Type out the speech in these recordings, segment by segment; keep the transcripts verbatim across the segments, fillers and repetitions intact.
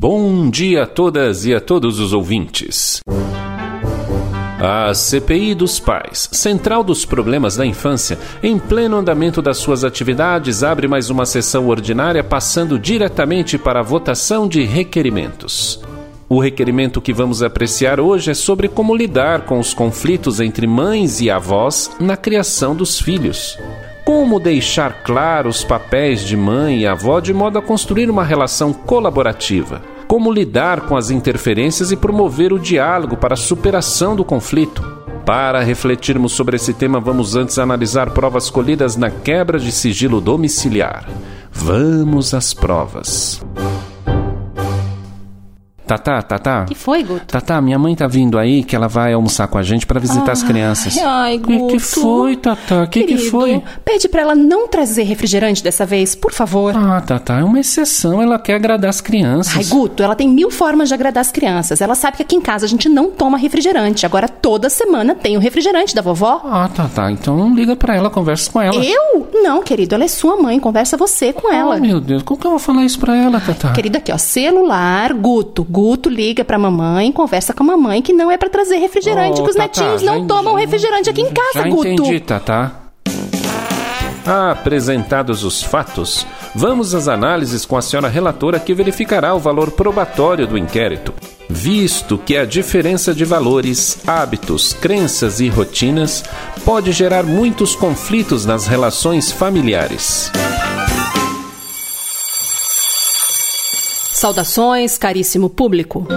Bom dia a todas e a todos os ouvintes. A C P I dos Pais, Central dos Problemas da Infância, em pleno andamento das suas atividades, abre mais uma sessão ordinária, passando diretamente para a votação de requerimentos. O requerimento que vamos apreciar hoje é sobre como lidar com os conflitos entre mães e avós na criação dos filhos. Como deixar claros os papéis de mãe e avó de modo a construir uma relação colaborativa. Como lidar com as interferências e promover o diálogo para a superação do conflito. Para refletirmos sobre esse tema, vamos antes analisar provas colhidas na quebra de sigilo domiciliar. Vamos às provas. Tatá, Tatá. Que foi, Guto? Tatá, minha mãe tá vindo aí, que ela vai almoçar com a gente pra visitar ah, as crianças. Ai, Guto. Que que foi, Tatá? Que Querido, que foi? Pede pra ela não trazer refrigerante dessa vez, por favor. Ah, Tatá, é uma exceção, ela quer agradar as crianças. Ai, Guto, ela tem mil formas de agradar as crianças. Ela sabe que aqui em casa a gente não toma refrigerante. Agora toda semana tem o refrigerante da vovó. Ah, Tatá, então liga pra ela, conversa com ela. Eu? Não, querido, ela é sua mãe, conversa você com ela. Oh, meu Deus, como que eu vou falar isso pra ela, Tatá? Querido, aqui ó, celular, Guto. Guto liga pra mamãe, conversa com a mamãe que não é pra trazer refrigerante, oh, que os Tatá, netinhos não já, tomam refrigerante aqui em casa, já Guto. Entendi, Tatá. Apresentados os fatos, vamos às análises com a senhora relatora que verificará o valor probatório do inquérito. Visto que a diferença de valores, hábitos, crenças e rotinas pode gerar muitos conflitos nas relações familiares. Saudações, caríssimo público.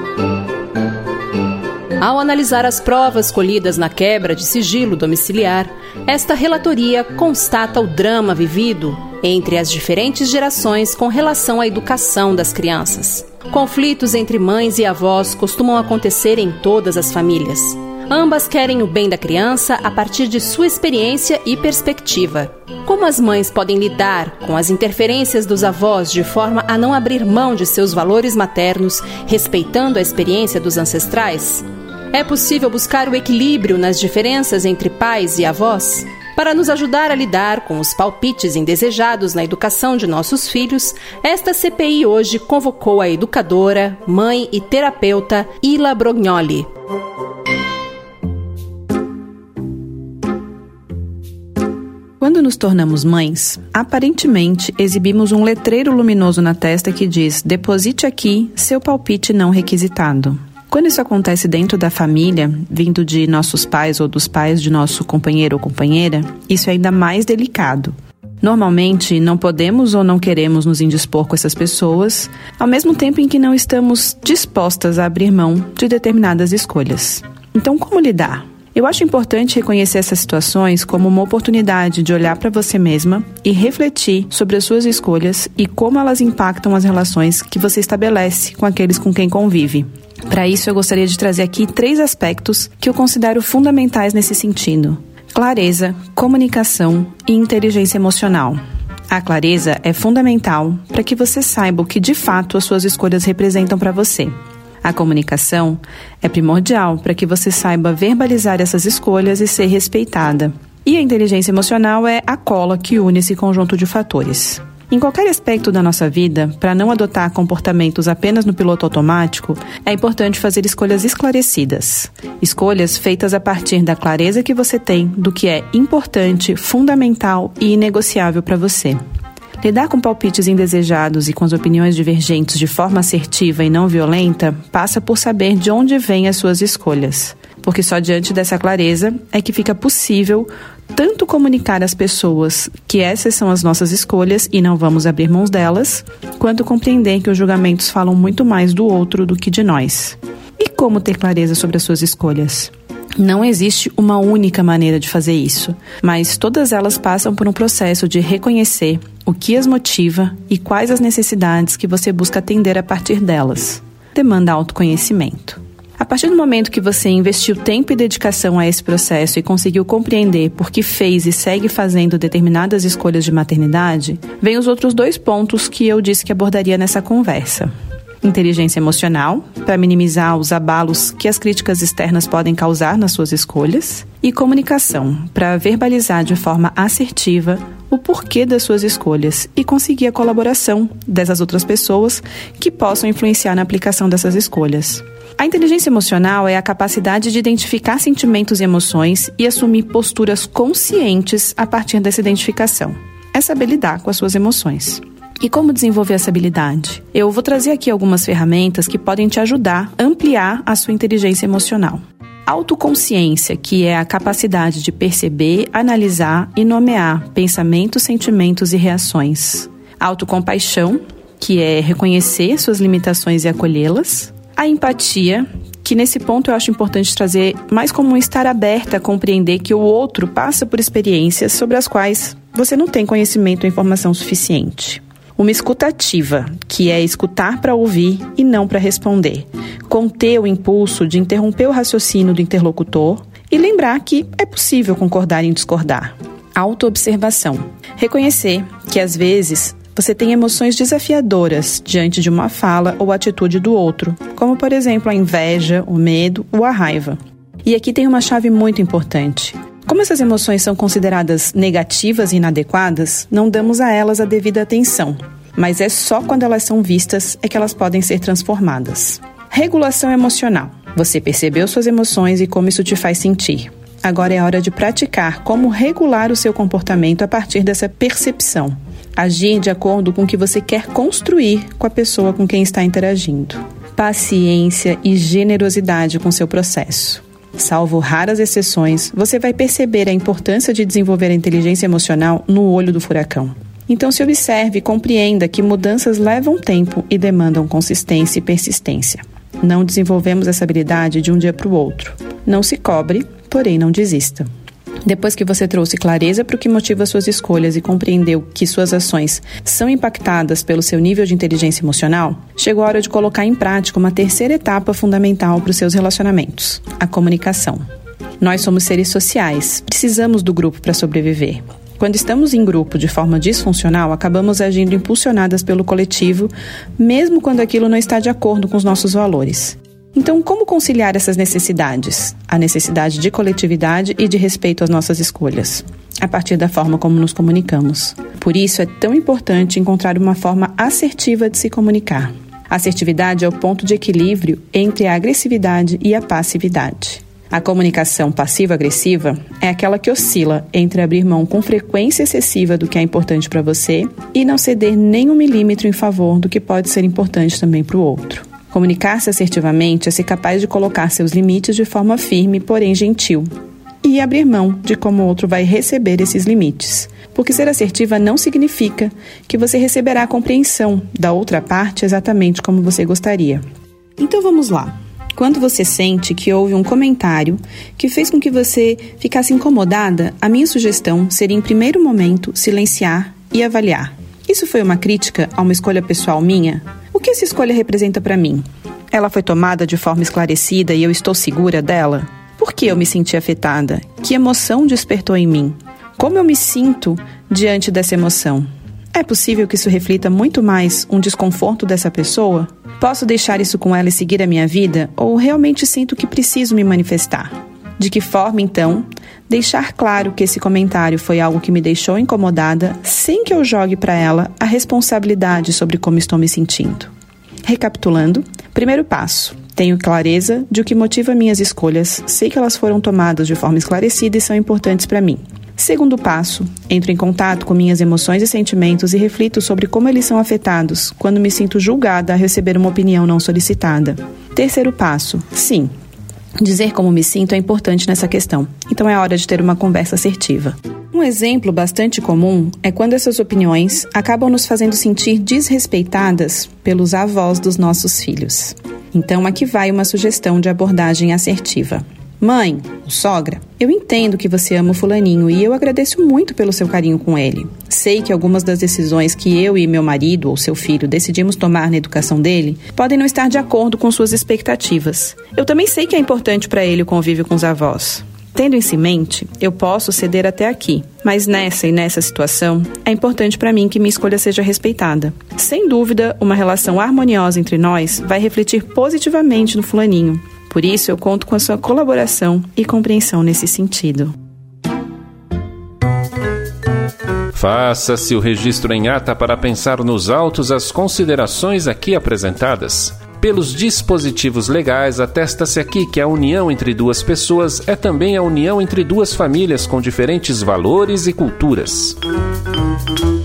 Ao analisar as provas colhidas na quebra de sigilo domiciliar, esta relatoria constata o drama vivido entre as diferentes gerações com relação à educação das crianças. Conflitos entre mães e avós costumam acontecer em todas as famílias. Ambas querem o bem da criança a partir de sua experiência e perspectiva. Como as mães podem lidar com as interferências dos avós de forma a não abrir mão de seus valores maternos, respeitando a experiência dos ancestrais? É possível buscar o equilíbrio nas diferenças entre pais e avós? Para nos ajudar a lidar com os palpites indesejados na educação de nossos filhos, esta C P I hoje convocou a educadora, mãe e terapeuta Ila Brognoli. Quando nos tornamos mães, aparentemente exibimos um letreiro luminoso na testa que diz: deposite aqui seu palpite não requisitado. Quando isso acontece dentro da família, vindo de nossos pais ou dos pais de nosso companheiro ou companheira, isso é ainda mais delicado. Normalmente, não podemos ou não queremos nos indispor com essas pessoas, ao mesmo tempo em que não estamos dispostas a abrir mão de determinadas escolhas. Então, como lidar? Eu acho importante reconhecer essas situações como uma oportunidade de olhar para você mesma e refletir sobre as suas escolhas e como elas impactam as relações que você estabelece com aqueles com quem convive. Para isso, eu gostaria de trazer aqui três aspectos que eu considero fundamentais nesse sentido: clareza, comunicação e inteligência emocional. A clareza é fundamental para que você saiba o que de fato as suas escolhas representam para você. A comunicação é primordial para que você saiba verbalizar essas escolhas e ser respeitada. E a inteligência emocional é a cola que une esse conjunto de fatores. Em qualquer aspecto da nossa vida, para não adotar comportamentos apenas no piloto automático, é importante fazer escolhas esclarecidas. Escolhas feitas a partir da clareza que você tem do que é importante, fundamental e inegociável para você. Lidar com palpites indesejados e com as opiniões divergentes de forma assertiva e não violenta passa por saber de onde vêm as suas escolhas. Porque só diante dessa clareza é que fica possível tanto comunicar às pessoas que essas são as nossas escolhas e não vamos abrir mãos delas, quanto compreender que os julgamentos falam muito mais do outro do que de nós. E como ter clareza sobre as suas escolhas? Não existe uma única maneira de fazer isso, mas todas elas passam por um processo de reconhecer o que as motiva e quais as necessidades que você busca atender a partir delas. Demanda autoconhecimento. A partir do momento que você investiu tempo e dedicação a esse processo e conseguiu compreender por que fez e segue fazendo determinadas escolhas de maternidade, vem os outros dois pontos que eu disse que abordaria nessa conversa. Inteligência emocional, para minimizar os abalos que as críticas externas podem causar nas suas escolhas. E comunicação, para verbalizar de forma assertiva o porquê das suas escolhas e conseguir a colaboração dessas outras pessoas que possam influenciar na aplicação dessas escolhas. A inteligência emocional é a capacidade de identificar sentimentos e emoções e assumir posturas conscientes a partir dessa identificação. É saber lidar com as suas emoções. E como desenvolver essa habilidade? Eu vou trazer aqui algumas ferramentas que podem te ajudar a ampliar a sua inteligência emocional. Autoconsciência, que é a capacidade de perceber, analisar e nomear pensamentos, sentimentos e reações. Autocompaixão, que é reconhecer suas limitações e acolhê-las. A empatia, que nesse ponto eu acho importante trazer mais como um estar aberta a compreender que o outro passa por experiências sobre as quais você não tem conhecimento ou informação suficiente. Uma escuta ativa, que é escutar para ouvir e não para responder. Conter o impulso de interromper o raciocínio do interlocutor e lembrar que é possível concordar em discordar. Autoobservação. Reconhecer que, às vezes, você tem emoções desafiadoras diante de uma fala ou atitude do outro, como, por exemplo, a inveja, o medo ou a raiva. E aqui tem uma chave muito importante. Como essas emoções são consideradas negativas e inadequadas, não damos a elas a devida atenção, mas é só quando elas são vistas é que elas podem ser transformadas. Regulação emocional. Você percebeu suas emoções e como isso te faz sentir. Agora é hora de praticar como regular o seu comportamento a partir dessa percepção. Agir de acordo com o que você quer construir com a pessoa com quem está interagindo. Paciência e generosidade com seu processo. Salvo raras exceções, você vai perceber a importância de desenvolver a inteligência emocional no olho do furacão. Então se observe e compreenda que mudanças levam tempo e demandam consistência e persistência. Não desenvolvemos essa habilidade de um dia para o outro. Não se cobre, porém não desista. Depois que você trouxe clareza para o que motiva suas escolhas e compreendeu que suas ações são impactadas pelo seu nível de inteligência emocional, chegou a hora de colocar em prática uma terceira etapa fundamental para os seus relacionamentos: a comunicação. Nós somos seres sociais, precisamos do grupo para sobreviver. Quando estamos em grupo de forma disfuncional, acabamos agindo impulsionadas pelo coletivo, mesmo quando aquilo não está de acordo com os nossos valores. Então, como conciliar essas necessidades? A necessidade de coletividade e de respeito às nossas escolhas, a partir da forma como nos comunicamos. Por isso, é tão importante encontrar uma forma assertiva de se comunicar. A assertividade é o ponto de equilíbrio entre a agressividade e a passividade. A comunicação passiva-agressiva é aquela que oscila entre abrir mão com frequência excessiva do que é importante para você e não ceder nem um milímetro em favor do que pode ser importante também para o outro. Comunicar-se assertivamente é ser capaz de colocar seus limites de forma firme, porém gentil, e abrir mão de como o outro vai receber esses limites. Porque ser assertiva não significa que você receberá a compreensão da outra parte exatamente como você gostaria. Então vamos lá. Quando você sente que houve um comentário que fez com que você ficasse incomodada, a minha sugestão seria, em primeiro momento, silenciar e avaliar. Isso foi uma crítica a uma escolha pessoal minha? O que essa escolha representa para mim? Ela foi tomada de forma esclarecida e eu estou segura dela? Por que eu me senti afetada? Que emoção despertou em mim? Como eu me sinto diante dessa emoção? É possível que isso reflita muito mais um desconforto dessa pessoa? Posso deixar isso com ela e seguir a minha vida? Ou realmente sinto que preciso me manifestar? De que forma, então, deixar claro que esse comentário foi algo que me deixou incomodada, sem que eu jogue para ela a responsabilidade sobre como estou me sentindo? Recapitulando, primeiro passo: tenho clareza de o que motiva minhas escolhas, sei que elas foram tomadas de forma esclarecida e são importantes para mim. Segundo passo, entro em contato com minhas emoções e sentimentos e reflito sobre como eles são afetados quando me sinto julgada a receber uma opinião não solicitada. Terceiro passo, sim, dizer como me sinto é importante nessa questão, então é hora de ter uma conversa assertiva. Um exemplo bastante comum é quando essas opiniões acabam nos fazendo sentir desrespeitadas pelos avós dos nossos filhos. Então aqui vai uma sugestão de abordagem assertiva. Mãe, ou sogra, eu entendo que você ama o fulaninho e eu agradeço muito pelo seu carinho com ele. Sei que algumas das decisões que eu e meu marido ou seu filho decidimos tomar na educação dele podem não estar de acordo com suas expectativas. Eu também sei que é importante para ele o convívio com os avós. Tendo isso em mente, eu posso ceder até aqui, mas nessa e nessa situação, é importante para mim que minha escolha seja respeitada. Sem dúvida, uma relação harmoniosa entre nós vai refletir positivamente no fulaninho. Por isso, eu conto com a sua colaboração e compreensão nesse sentido. Faça-se o registro em ata para pensar nos autos as considerações aqui apresentadas. Pelos dispositivos legais, atesta-se aqui que a união entre duas pessoas é também a união entre duas famílias com diferentes valores e culturas.